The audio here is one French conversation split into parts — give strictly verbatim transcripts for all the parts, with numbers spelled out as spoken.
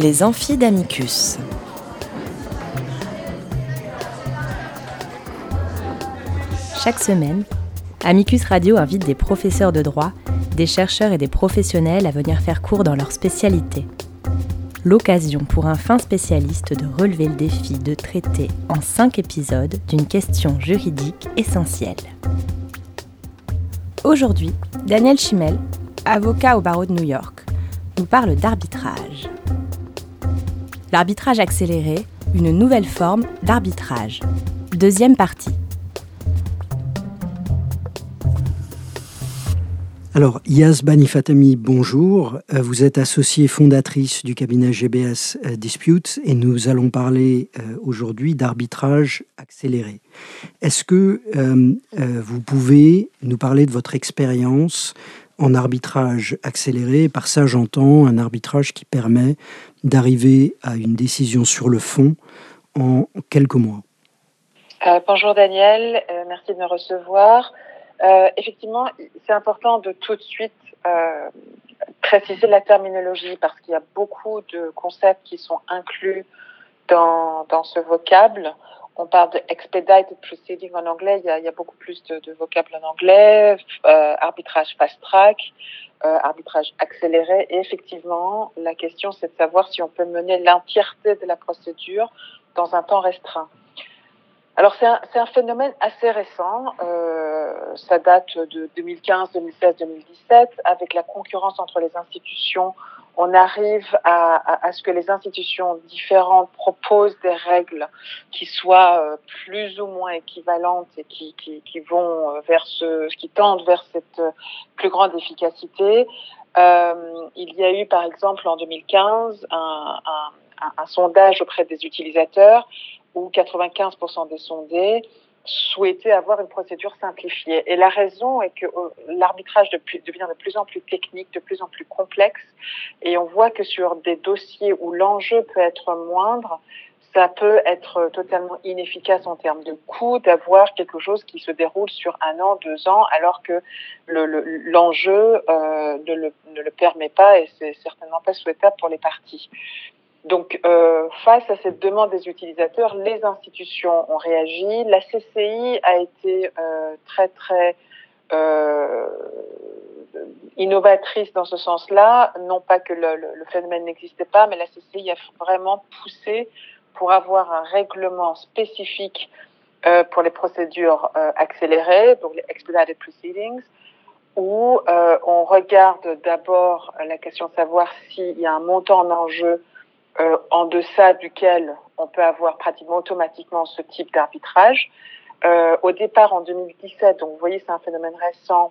Les amphis d'Amicus. Chaque semaine, Amicus Radio invite des professeurs de droit, des chercheurs et des professionnels à venir faire cours dans leur spécialité. L'occasion pour un fin spécialiste de relever le défi de traiter en cinq épisodes d'une question juridique essentielle. Aujourd'hui, Daniel Schimmel, avocat au barreau de New York, nous parle d'arbitrage. L'arbitrage accéléré, une nouvelle forme d'arbitrage. Deuxième partie. Alors, Yas Bani Fatemi, bonjour. Vous êtes associée fondatrice du cabinet G B S Disputes et nous allons parler aujourd'hui d'arbitrage accéléré. Est-ce que euh, euh, vous pouvez nous parler de votre expérience en arbitrage accéléré? Par ça, j'entends un arbitrage qui permet d'arriver à une décision sur le fond en quelques mois. Euh, bonjour Daniel, euh, merci de me recevoir. Euh, effectivement, c'est important de tout de suite euh, préciser la terminologie parce qu'il y a beaucoup de concepts qui sont inclus dans, dans ce vocable. On parle de expedited proceeding en anglais, il y a, il y a beaucoup plus de, de vocables en anglais, euh, arbitrage fast track, euh, arbitrage accéléré. Et effectivement, la question c'est de savoir si on peut mener l'entièreté de la procédure dans un temps restreint. Alors c'est un, c'est un phénomène assez récent, euh, ça date de deux mille quinze, deux mille seize, deux mille dix-sept. Avec la concurrence entre les institutions, on arrive à, à, à ce que les institutions différentes proposent des règles qui soient euh, plus ou moins équivalentes et qui, qui, qui vont vers ce, qui tendent vers cette plus grande efficacité. Euh, il y a eu par exemple en deux mille quinze un, un, un, un sondage auprès des utilisateurs où quatre-vingt-quinze pour cent des sondés souhaitaient avoir une procédure simplifiée. Et la raison est que l'arbitrage devient de plus en plus technique, de plus en plus complexe, et on voit que sur des dossiers où l'enjeu peut être moindre, ça peut être totalement inefficace en termes de coût d'avoir quelque chose qui se déroule sur un an, deux ans, alors que le, le, l'enjeu euh, ne, le, ne le permet pas et c'est certainement pas souhaitable pour les parties. Donc, euh, face à cette demande des utilisateurs, les institutions ont réagi. La C C I a été euh, très, très euh, innovatrice dans ce sens-là. Non pas que le, le, le phénomène n'existait pas, mais la C C I a vraiment poussé pour avoir un règlement spécifique euh, pour les procédures euh, accélérées, donc les expedited proceedings, où euh, on regarde d'abord la question de savoir s'il y a un montant en enjeu Euh, en deçà duquel on peut avoir pratiquement automatiquement ce type d'arbitrage. Euh, au départ, en deux mille dix-sept, donc vous voyez, c'est un phénomène récent,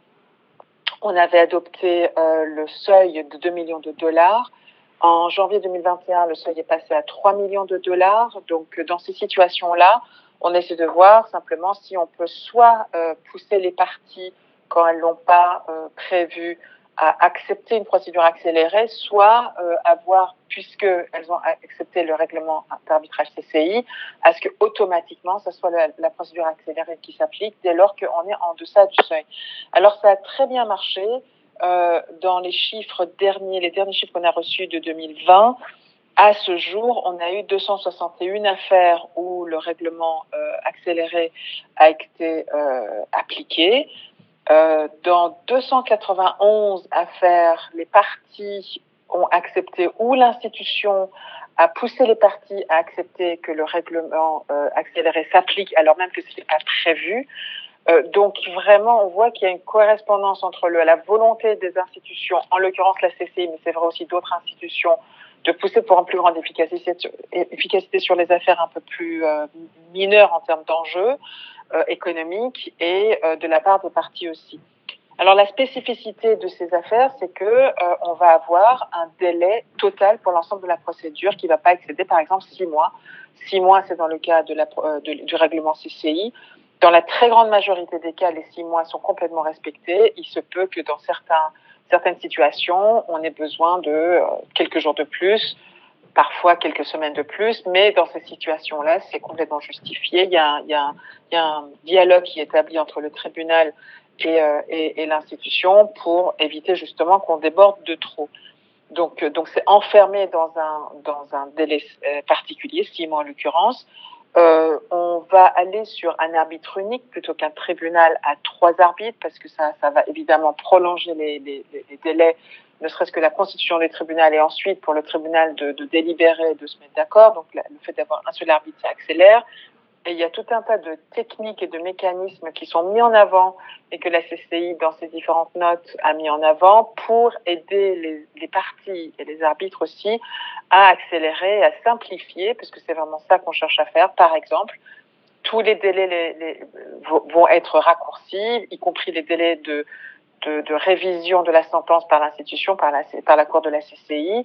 on avait adopté euh, le seuil de deux millions de dollars. En janvier deux mille vingt et un, le seuil est passé à trois millions de dollars. Donc, dans ces situations-là, on essaie de voir simplement si on peut soit euh, pousser les parties quand elles n'ont pas euh, prévu à accepter une procédure accélérée, soit euh, avoir, puisqu'elles ont accepté le règlement d'arbitrage C C I, à ce que automatiquement, ce soit la, la procédure accélérée qui s'applique dès lors qu'on est en deçà du seuil. Alors, ça a très bien marché. Euh, dans les chiffres derniers, les derniers chiffres qu'on a reçus de deux mille vingt, à ce jour, on a eu deux cent soixante et une affaires où le règlement euh, accéléré a été euh, appliqué. Euh, dans deux cent quatre-vingt-onze affaires, les parties ont accepté ou l'institution a poussé les parties à accepter que le règlement euh, accéléré s'applique alors même que ce n'était pas prévu. Euh, donc vraiment, on voit qu'il y a une correspondance entre le, la volonté des institutions, en l'occurrence la C C I, mais c'est vrai aussi d'autres institutions, de pousser pour une plus grande efficacité, efficacité sur les affaires un peu plus euh, mineures en termes d'enjeux euh, économiques et euh, de la part des parties aussi. Alors la spécificité de ces affaires, c'est que euh, on va avoir un délai total pour l'ensemble de la procédure qui ne va pas excéder par exemple six mois. Six mois, c'est dans le cas de la, de, du règlement C C I. Dans la très grande majorité des cas, les six mois sont complètement respectés. Il se peut que dans certains, certaines situations, on ait besoin de euh, quelques jours de plus, parfois quelques semaines de plus, mais dans ces situations-là, c'est complètement justifié. Il y a, il y a, il y a un dialogue qui est établi entre le tribunal et, euh, et, et l'institution pour éviter justement qu'on déborde de trop. Donc, donc c'est enfermé dans un, dans un délai particulier, six mois en l'occurrence. Euh, on va aller sur un arbitre unique plutôt qu'un tribunal à trois arbitres, parce que ça, ça va évidemment prolonger les, les, les délais, ne serait-ce que la constitution des tribunaux et ensuite pour le tribunal de, de délibérer, de se mettre d'accord. Donc la, le fait d'avoir un seul arbitre, ça accélère. Et il y a tout un tas de techniques et de mécanismes qui sont mis en avant et que la C C I, dans ses différentes notes, a mis en avant pour aider les, les parties et les arbitres aussi à accélérer, à simplifier, parce que c'est vraiment ça qu'on cherche à faire. Par exemple, tous les délais les, les, vont être raccourcis, y compris les délais de, de, de révision de la sentence par l'institution, par la, par la cour de la C C I.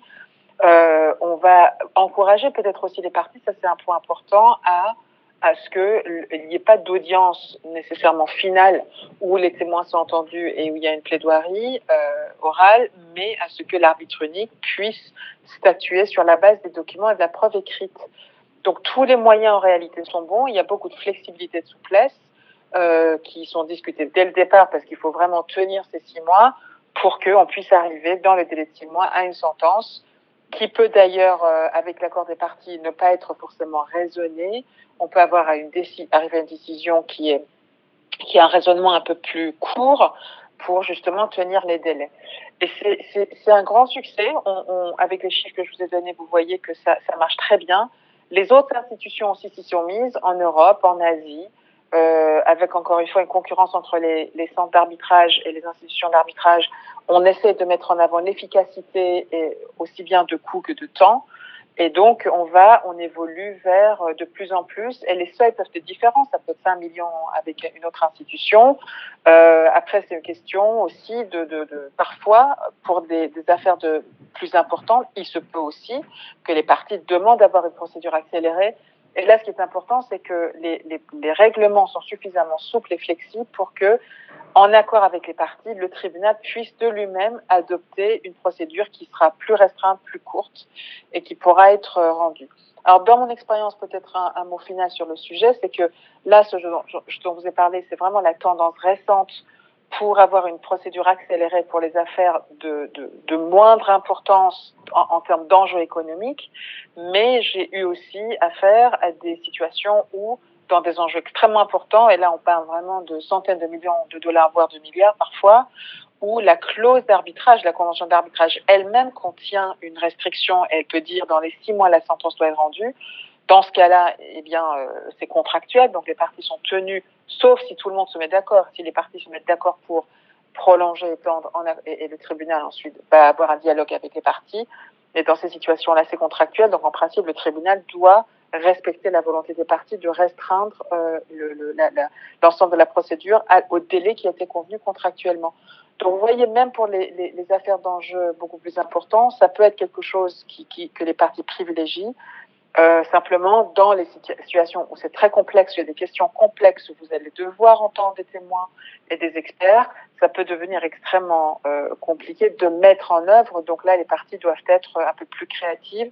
Euh, on va encourager peut-être aussi les parties, ça c'est un point important, à à ce qu'il n'y ait pas d'audience nécessairement finale où les témoins sont entendus et où il y a une plaidoirie euh, orale, mais à ce que l'arbitre unique puisse statuer sur la base des documents et de la preuve écrite. Donc tous les moyens en réalité sont bons, il y a beaucoup de flexibilité, de souplesse euh, qui sont discutés dès le départ parce qu'il faut vraiment tenir ces six mois pour qu'on puisse arriver dans le délai de six mois à une sentence qui peut d'ailleurs, euh, avec l'accord des parties, ne pas être forcément raisonnée. On peut avoir à une déci- arriver à une décision qui est qui a un raisonnement un peu plus court pour justement tenir les délais. Et c'est, c'est, c'est un grand succès. On, on, avec les chiffres que je vous ai donnés, vous voyez que ça, ça marche très bien. Les autres institutions aussi s'y sont mises, en Europe, en Asie, euh, avec encore une fois une concurrence entre les, les centres d'arbitrage et les institutions d'arbitrage. On essaie de mettre en avant l'efficacité et aussi bien de coût que de temps. Et donc, on va, on évolue vers de plus en plus, et les seuils peuvent être différents, ça peut être cinq millions avec une autre institution. Euh, après, c'est une question aussi de, de, de parfois, pour des, des affaires de plus importantes, il se peut aussi que les parties demandent d'avoir une procédure accélérée. Et là, ce qui est important, c'est que les, les, les règlements sont suffisamment souples et flexibles pour que, en accord avec les parties, le tribunal puisse de lui-même adopter une procédure qui sera plus restreinte, plus courte et qui pourra être rendue. Alors, dans mon expérience, peut-être un, un mot final sur le sujet, c'est que là, ce dont je, dont je vous ai parlé, c'est vraiment la tendance récente pour avoir une procédure accélérée pour les affaires de, de, de moindre importance en, en termes d'enjeux économiques, mais j'ai eu aussi affaire à des situations où dans des enjeux extrêmement importants, et là on parle vraiment de centaines de millions de dollars, voire de milliards parfois, où la clause d'arbitrage, la convention d'arbitrage elle-même contient une restriction, elle peut dire dans les six mois la sentence doit être rendue. Dans ce cas-là, eh bien, euh, c'est contractuel, donc les parties sont tenues, sauf si tout le monde se met d'accord. Si les parties se mettent d'accord pour prolonger, étendre, en, et, et le tribunal ensuite va avoir un dialogue avec les parties. Et dans ces situations-là, c'est contractuel, donc en principe, le tribunal doit respecter la volonté des parties de restreindre euh, le, le, la, la, l'ensemble de la procédure à, au délai qui a été convenu contractuellement. Donc vous voyez, même pour les, les, les affaires d'enjeux beaucoup plus importants, ça peut être quelque chose qui, qui, que les parties privilégient. Euh, simplement, dans les situations où c'est très complexe, il y a des questions complexes où vous allez devoir entendre des témoins et des experts, ça peut devenir extrêmement euh, compliqué de mettre en œuvre. Donc là, les parties doivent être un peu plus créatives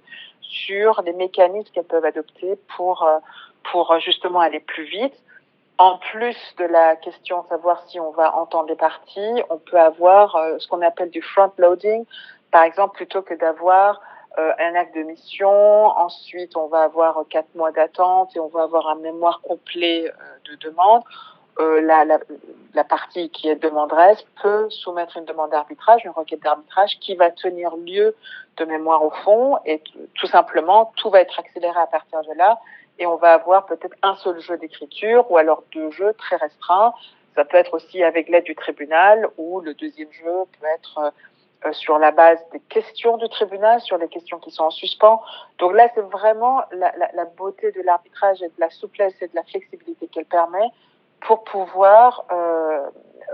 sur les mécanismes qu'elles peuvent adopter pour, euh, pour justement aller plus vite. En plus de la question de savoir si on va entendre les parties, on peut avoir euh, ce qu'on appelle du front-loading. Par exemple, plutôt que d'avoir Euh, un acte de mission, ensuite on va avoir quatre mois d'attente et on va avoir un mémoire complet euh, de demande. Euh, la, la, la partie qui est demanderesse peut soumettre une demande d'arbitrage, une requête d'arbitrage qui va tenir lieu de mémoire au fond et t- tout simplement tout va être accéléré à partir de là et on va avoir peut-être un seul jeu d'écriture ou alors deux jeux très restreints. Ça peut être aussi avec l'aide du tribunal ou le deuxième jeu peut être euh, Euh, sur la base des questions du tribunal, sur les questions qui sont en suspens. Donc là, c'est vraiment la, la, la beauté de l'arbitrage et de la souplesse et de la flexibilité qu'elle permet pour pouvoir euh,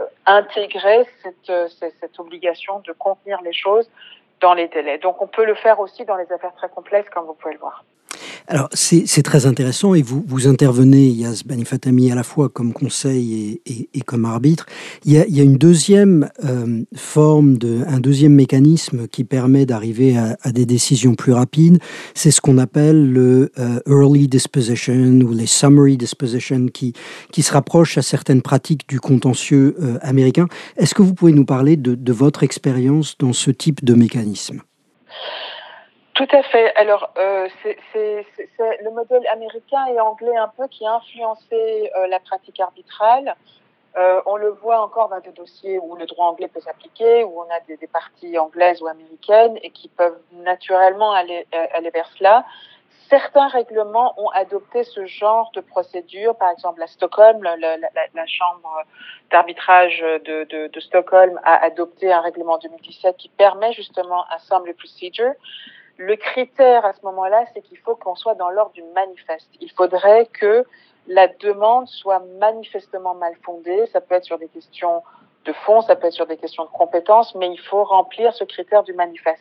intégrer cette, cette, cette obligation de contenir les choses dans les délais. Donc on peut le faire aussi dans les affaires très complexes, comme vous pouvez le voir. Alors, c'est, c'est très intéressant et vous, vous intervenez, Iyaz Bani-Fathami, à la fois comme conseil et, et, et comme arbitre. Il y a, il y a une deuxième euh, forme, de, un deuxième mécanisme qui permet d'arriver à, à des décisions plus rapides. C'est ce qu'on appelle le euh, early disposition ou les summary disposition qui, qui se rapproche à certaines pratiques du contentieux euh, américain. Est-ce que vous pouvez nous parler de, de votre expérience dans ce type de mécanisme ? Tout à fait. Alors, euh, c'est, c'est, c'est, c'est le modèle américain et anglais un peu qui a influencé euh, la pratique arbitrale. Euh, on le voit encore dans des dossiers où le droit anglais peut s'appliquer, où on a des, des parties anglaises ou américaines et qui peuvent naturellement aller, aller vers cela. Certains règlements ont adopté ce genre de procédure. Par exemple, à Stockholm, la, la, la, la chambre d'arbitrage de, de, de Stockholm a adopté un règlement en deux mille dix-sept qui permet justement un summary procedure. Le critère à ce moment-là, c'est qu'il faut qu'on soit dans l'ordre du manifeste. Il faudrait que la demande soit manifestement mal fondée. Ça peut être sur des questions de fond, ça peut être sur des questions de compétences, mais il faut remplir ce critère du manifeste.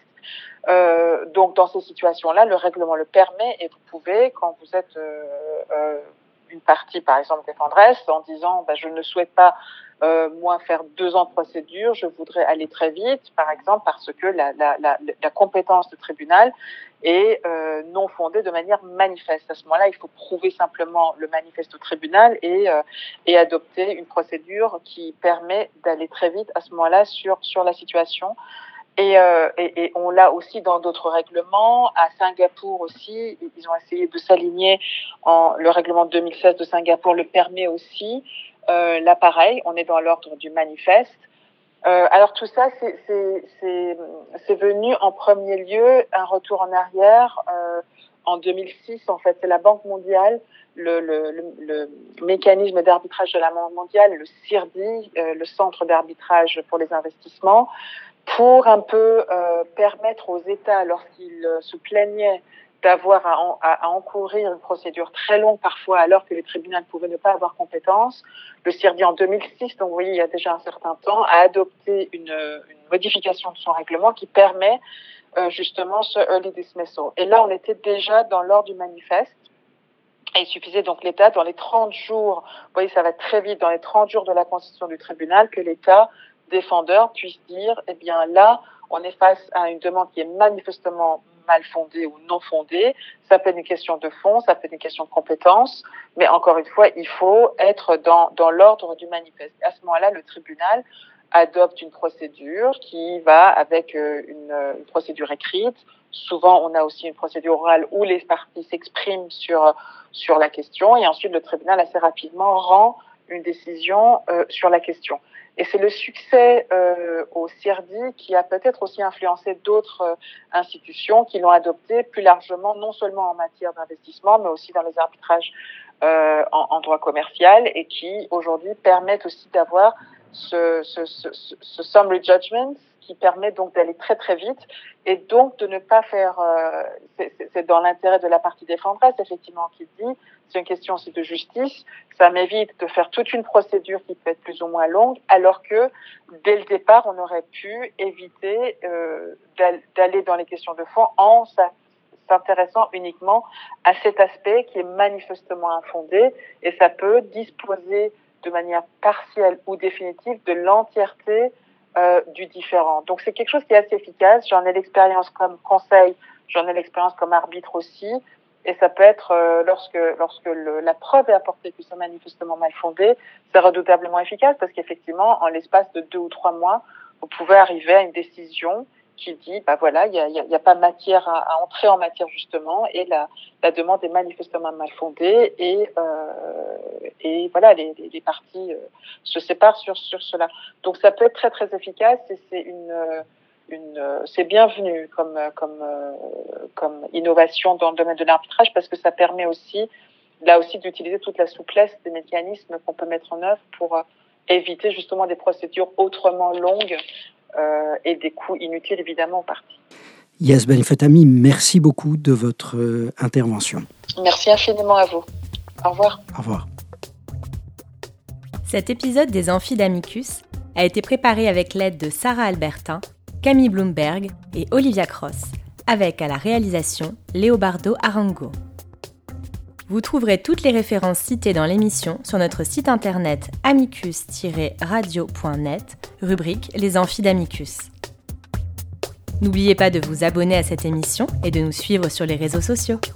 Euh, donc, dans ces situations-là, le règlement le permet et vous pouvez, quand vous êtes euh, euh, une partie, par exemple, défenderesse, en disant bah, « je ne souhaite pas, euh, moi, faire deux ans de procédure, je voudrais aller très vite », par exemple, parce que la, la, la, la compétence du tribunal est euh, non fondée de manière manifeste. À ce moment-là, il faut prouver simplement le manifeste au tribunal et, euh, et adopter une procédure qui permet d'aller très vite à ce moment-là sur, sur la situation. Et, euh, et, et on l'a aussi dans d'autres règlements. À Singapour aussi, ils ont essayé de s'aligner. En, le règlement de deux mille seize de Singapour le permet aussi. Euh, là, pareil, on est dans l'ordre du manifeste. Euh, alors tout ça, c'est, c'est, c'est, c'est venu en premier lieu, un retour en arrière. Euh, en deux mille six, en fait, c'est la Banque mondiale, le, le, le, le mécanisme d'arbitrage de la Banque mondiale, le C I R D I, euh, le Centre d'arbitrage pour les investissements, pour un peu euh, permettre aux États, lorsqu'ils euh, se plaignaient d'avoir à, en, à, à encourir une procédure très longue parfois, alors que les tribunaux pouvaient ne pas avoir compétence, le C I R D I en deux mille six, donc vous voyez, il y a déjà un certain temps, a adopté une, une modification de son règlement qui permet euh, justement ce early dismissal. Et là, on était déjà dans l'ordre du manifeste. Et il suffisait donc l'État, dans les trente jours, vous voyez, ça va très vite, dans les trente jours de la constitution du tribunal, que l'État défendeur puisse dire, eh bien là, on est face à une demande qui est manifestement mal fondée ou non fondée. Ça peut être une question de fond, ça peut être une question de compétence, mais encore une fois, il faut être dans, dans l'ordre du manifeste. À ce moment-là, le tribunal adopte une procédure qui va avec une, une procédure écrite. Souvent, on a aussi une procédure orale où les parties s'expriment sur, sur la question et ensuite le tribunal assez rapidement rend une décision euh, sur la question. Et c'est le succès euh, au C I R D I qui a peut-être aussi influencé d'autres euh, institutions qui l'ont adopté plus largement, non seulement en matière d'investissement, mais aussi dans les arbitrages euh, en, en droit commercial et qui aujourd'hui permettent aussi d'avoir ce, ce, ce, ce summary judgment qui permet donc d'aller très très vite et donc de ne pas faire, euh, c'est, c'est dans l'intérêt de la partie défenderesse effectivement qui dit, c'est une question aussi de justice, ça m'évite de faire toute une procédure qui peut être plus ou moins longue, alors que dès le départ on aurait pu éviter euh, d'aller dans les questions de fond en s'intéressant uniquement à cet aspect qui est manifestement infondé et ça peut disposer de manière partielle ou définitive de l'entièreté Euh, du différent. Donc c'est quelque chose qui est assez efficace. J'en ai l'expérience comme conseil, j'en ai l'expérience comme arbitre aussi, et ça peut être euh, lorsque lorsque le, la preuve est apportée que c'est manifestement mal fondé, c'est redoutablement efficace parce qu'effectivement en l'espace de deux ou trois mois, vous pouvez arriver à une décision qui dit bah voilà il y a, y a pas matière à, à entrer en matière justement et la la demande est manifestement mal fondée et euh, et voilà les les, les parties euh, se séparent sur sur cela. Donc ça peut être très très efficace et c'est une une c'est bienvenu comme comme comme innovation dans le domaine de l'arbitrage parce que ça permet aussi là aussi d'utiliser toute la souplesse des mécanismes qu'on peut mettre en œuvre pour éviter justement des procédures autrement longues Euh, et des coûts inutiles évidemment en partie. Yas Banifatami, merci beaucoup de votre euh, intervention. Merci infiniment à vous. Au revoir. Au revoir. Cet épisode des Amphis d'Amicus a été préparé avec l'aide de Sarah Albertin, Camille Bloomberg et Olivia Cross, avec à la réalisation Léobardo Arango. Vous trouverez toutes les références citées dans l'émission sur notre site internet amicus tiret radio point net, rubrique Les Amphis d'Amicus. N'oubliez pas de vous abonner à cette émission et de nous suivre sur les réseaux sociaux.